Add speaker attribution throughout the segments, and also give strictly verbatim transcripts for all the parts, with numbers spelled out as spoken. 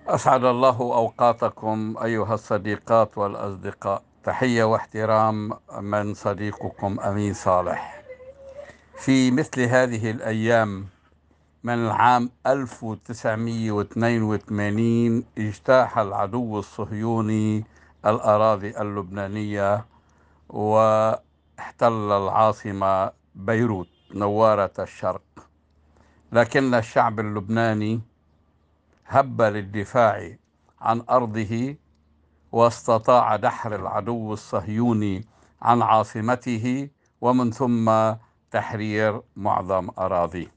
Speaker 1: أسعد الله أوقاتكم أيها الصديقات والأصدقاء. تحية واحترام من صديقكم أمين صالح. في مثل هذه الأيام من العام ألف وتسعمئة واثنين وثمانين اجتاح العدو الصهيوني الأراضي اللبنانية واحتل العاصمة بيروت نوارة الشرق، لكن الشعب اللبناني هب للدفاع عن أرضه واستطاع دحر العدو الصهيوني عن عاصمته ومن ثم تحرير معظم أراضيه.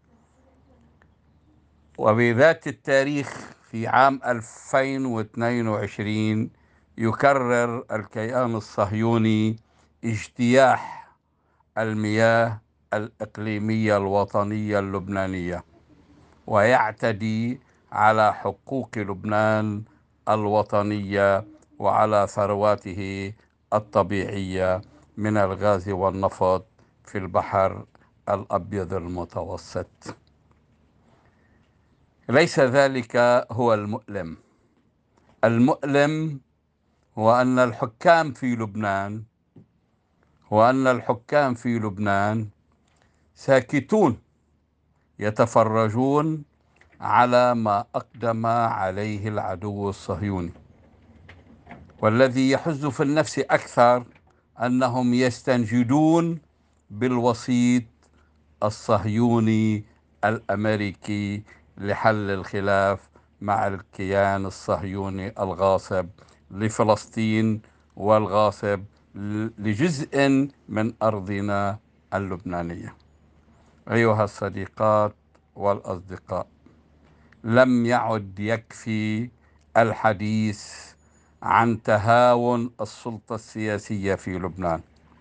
Speaker 1: وبذات التاريخ في عام ألفين واثنين وعشرين يكرر الكيان الصهيوني اجتياح المياه الإقليمية الوطنية اللبنانية، ويعتدي على حقوق لبنان الوطنية وعلى ثرواته الطبيعية من الغاز والنفط في البحر الأبيض المتوسط. ليس ذلك هو المؤلم. المؤلم هو أن الحكام في لبنان هو أن الحكام في لبنان ساكتون، يتفرجون على ما أقدم عليه العدو الصهيوني. والذي يحز في النفس أكثر أنهم يستنجدون بالوسيط الصهيوني الأمريكي لحل الخلاف مع الكيان الصهيوني الغاصب لفلسطين والغاصب لجزء من أرضنا اللبنانية. أيها الصديقات والأصدقاء، لم يعد يكفي الحديث عن تهاون السلطة السياسية في لبنان،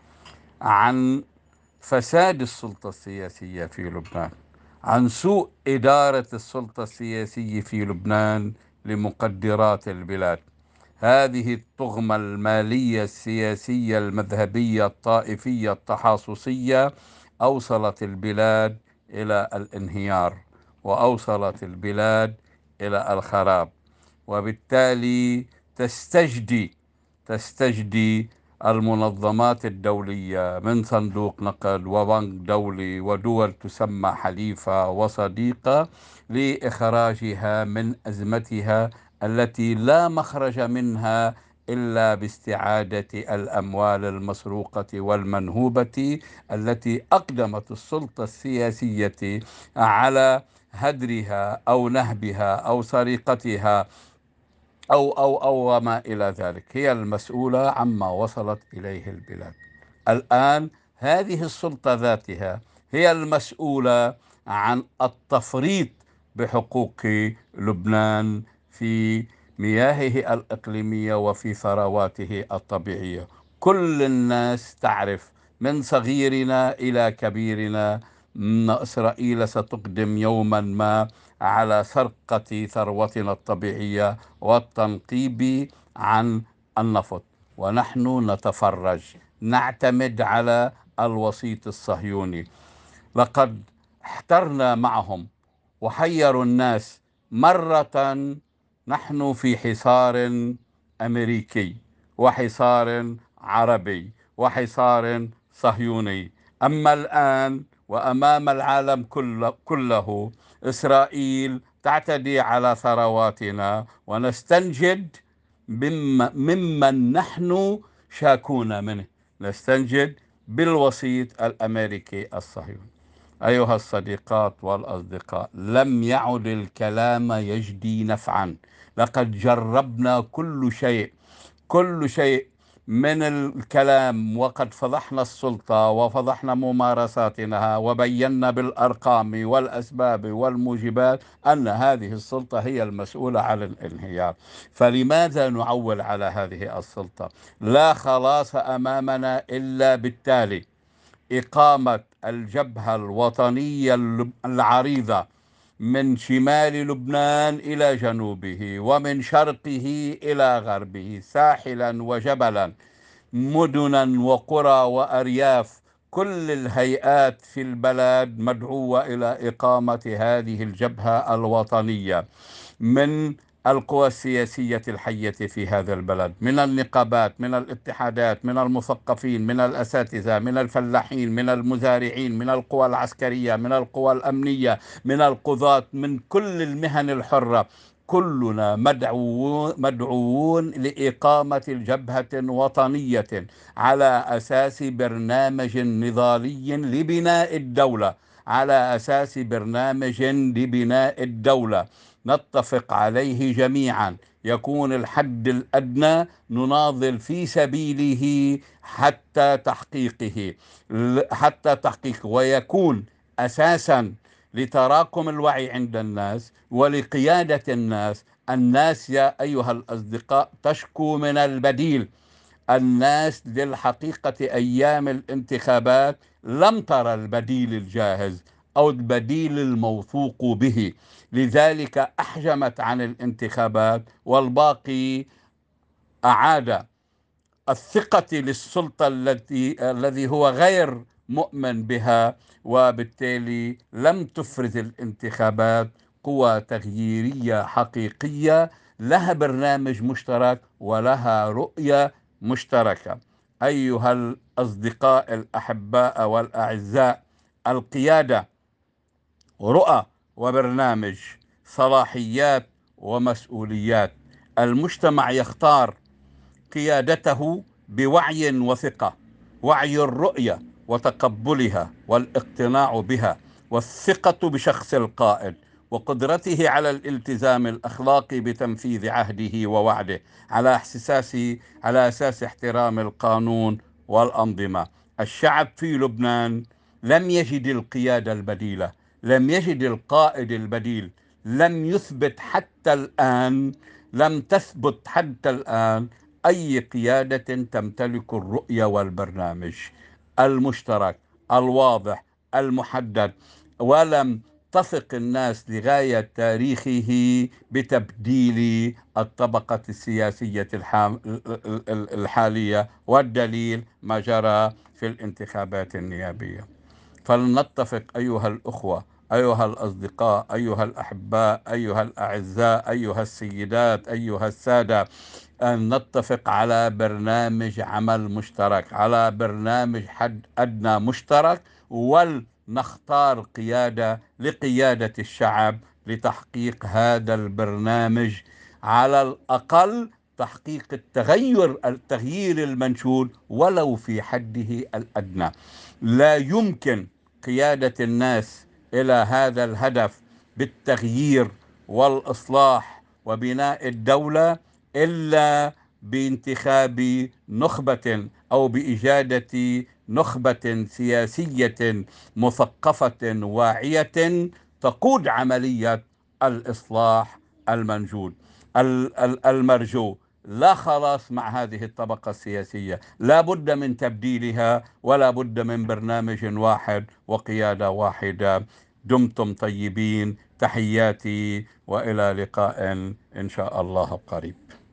Speaker 1: عن فساد السلطة السياسية في لبنان، عن سوء إدارة السلطة السياسية في لبنان لمقدرات البلاد. هذه الطغمة المالية السياسية المذهبية الطائفية التحاصصية أوصلت البلاد إلى الانهيار، وأوصلت البلاد إلى الخراب، وبالتالي تستجدي تستجدي المنظمات الدولية من صندوق نقد وبنك دولي ودول تسمى حليفة وصديقة لإخراجها من أزمتها التي لا مخرج منها إلا باستعادة الأموال المسروقة والمنهوبة التي أقدمت السلطة السياسية على هدرها أو نهبها أو سرقتها أو أو أو ما إلى ذلك. هي المسؤولة عما وصلت إليه البلاد. الآن هذه السلطة ذاتها هي المسؤولة عن التفريط بحقوق لبنان في مياهه الإقليمية وفي ثرواته الطبيعية. كل الناس تعرف من صغيرنا إلى كبيرنا أن إسرائيل ستقدم يوما ما على سرقة ثروتنا الطبيعية والتنقيب عن النفط، ونحن نتفرج، نعتمد على الوسيط الصهيوني. لقد احترنا معهم وحيروا الناس. مرة نحن في حصار أمريكي وحصار عربي وحصار صهيوني، أما الآن وأمام العالم كله, كله إسرائيل تعتدي على ثرواتنا ونستنجد ممن نحن شاكون منه، نستنجد بالوسيط الأمريكي الصهيوني. أيها الصديقات والأصدقاء، لم يعد الكلام يجدي نفعا. لقد جربنا كل شيء كل شيء من الكلام، وقد فضحنا السلطة وفضحنا ممارساتنا وبينا بالأرقام والأسباب والموجبات أن هذه السلطة هي المسؤولة عن الانهيار. فلماذا نعول على هذه السلطة؟ لا خلاص أمامنا إلا بالتالي: إقامة الجبهة الوطنية العريضة من شمال لبنان إلى جنوبه ومن شرقه إلى غربه، ساحلا وجبلا، مدنا وقرى وأرياف. كل الهيئات في البلد مدعوة إلى إقامة هذه الجبهة الوطنية من القوى السياسية الحية في هذا البلد، من النقابات، من الاتحادات، من المثقفين، من الأساتذة، من الفلاحين، من المزارعين، من القوى العسكرية، من القوى الأمنية، من القضاة، من كل المهن الحرة. كلنا مدعو مدعوون لإقامة الجبهة وطنية على أساس برنامج نضالي لبناء الدولة، على أساس برنامج لبناء الدولة نتفق عليه جميعا، يكون الحد الأدنى نناضل في سبيله حتى تحقيقه، حتى تحقيقه، ويكون أساسا لتراكم الوعي عند الناس ولقيادة الناس. الناس يا أيها الأصدقاء تشكو من البديل. الناس للحقيقة أيام الانتخابات لم ترى البديل الجاهز أو البديل الموثوق به، لذلك أحجمت عن الانتخابات، والباقي أعاد الثقة للسلطة التي الذي هو غير مؤمن بها، وبالتالي لم تفرز الانتخابات قوى تغييرية حقيقية لها برنامج مشترك ولها رؤية مشتركة. أيها الأصدقاء الأحباء والأعزاء، القيادة رؤى وبرنامج، صلاحيات ومسؤوليات. المجتمع يختار قيادته بوعي وثقة، وعي الرؤية وتقبلها والاقتناع بها، والثقة بشخص القائد وقدرته على الالتزام الأخلاقي بتنفيذ عهده ووعده على أساس على أساس احترام القانون والأنظمة. الشعب في لبنان لم يجد القيادة البديلة، لم يجد القائد البديل، لم يثبت حتى الآن، لم تثبت حتى الآن أي قيادة تمتلك الرؤية والبرنامج المشترك الواضح المحدد، ولم تثق الناس لغاية تاريخه بتبديل الطبقة السياسية الحالية، والدليل ما جرى في الانتخابات النيابية. فلنتفق أيها الأخوة، أيها الأصدقاء، أيها الأحباء، أيها الأعزاء، أيها السيدات، أيها السادة، أن نتفق على برنامج عمل مشترك، على برنامج حد أدنى مشترك، ولنختار قيادة لقيادة الشعب لتحقيق هذا البرنامج، على الأقل تحقيق التغير التغيير المنشود ولو في حده الأدنى. لا يمكن قيادة الناس إلى هذا الهدف بالتغيير والإصلاح وبناء الدولة إلا بانتخاب نخبة أو بإجادة نخبة سياسية مثقفة واعية تقود عملية الإصلاح المنجود المرجو. لا خلاص مع هذه الطبقة السياسية، لا بد من تبديلها، ولا بد من برنامج واحد وقيادة واحدة. دمتم طيبين، تحياتي، وإلى لقاء إن شاء الله قريب.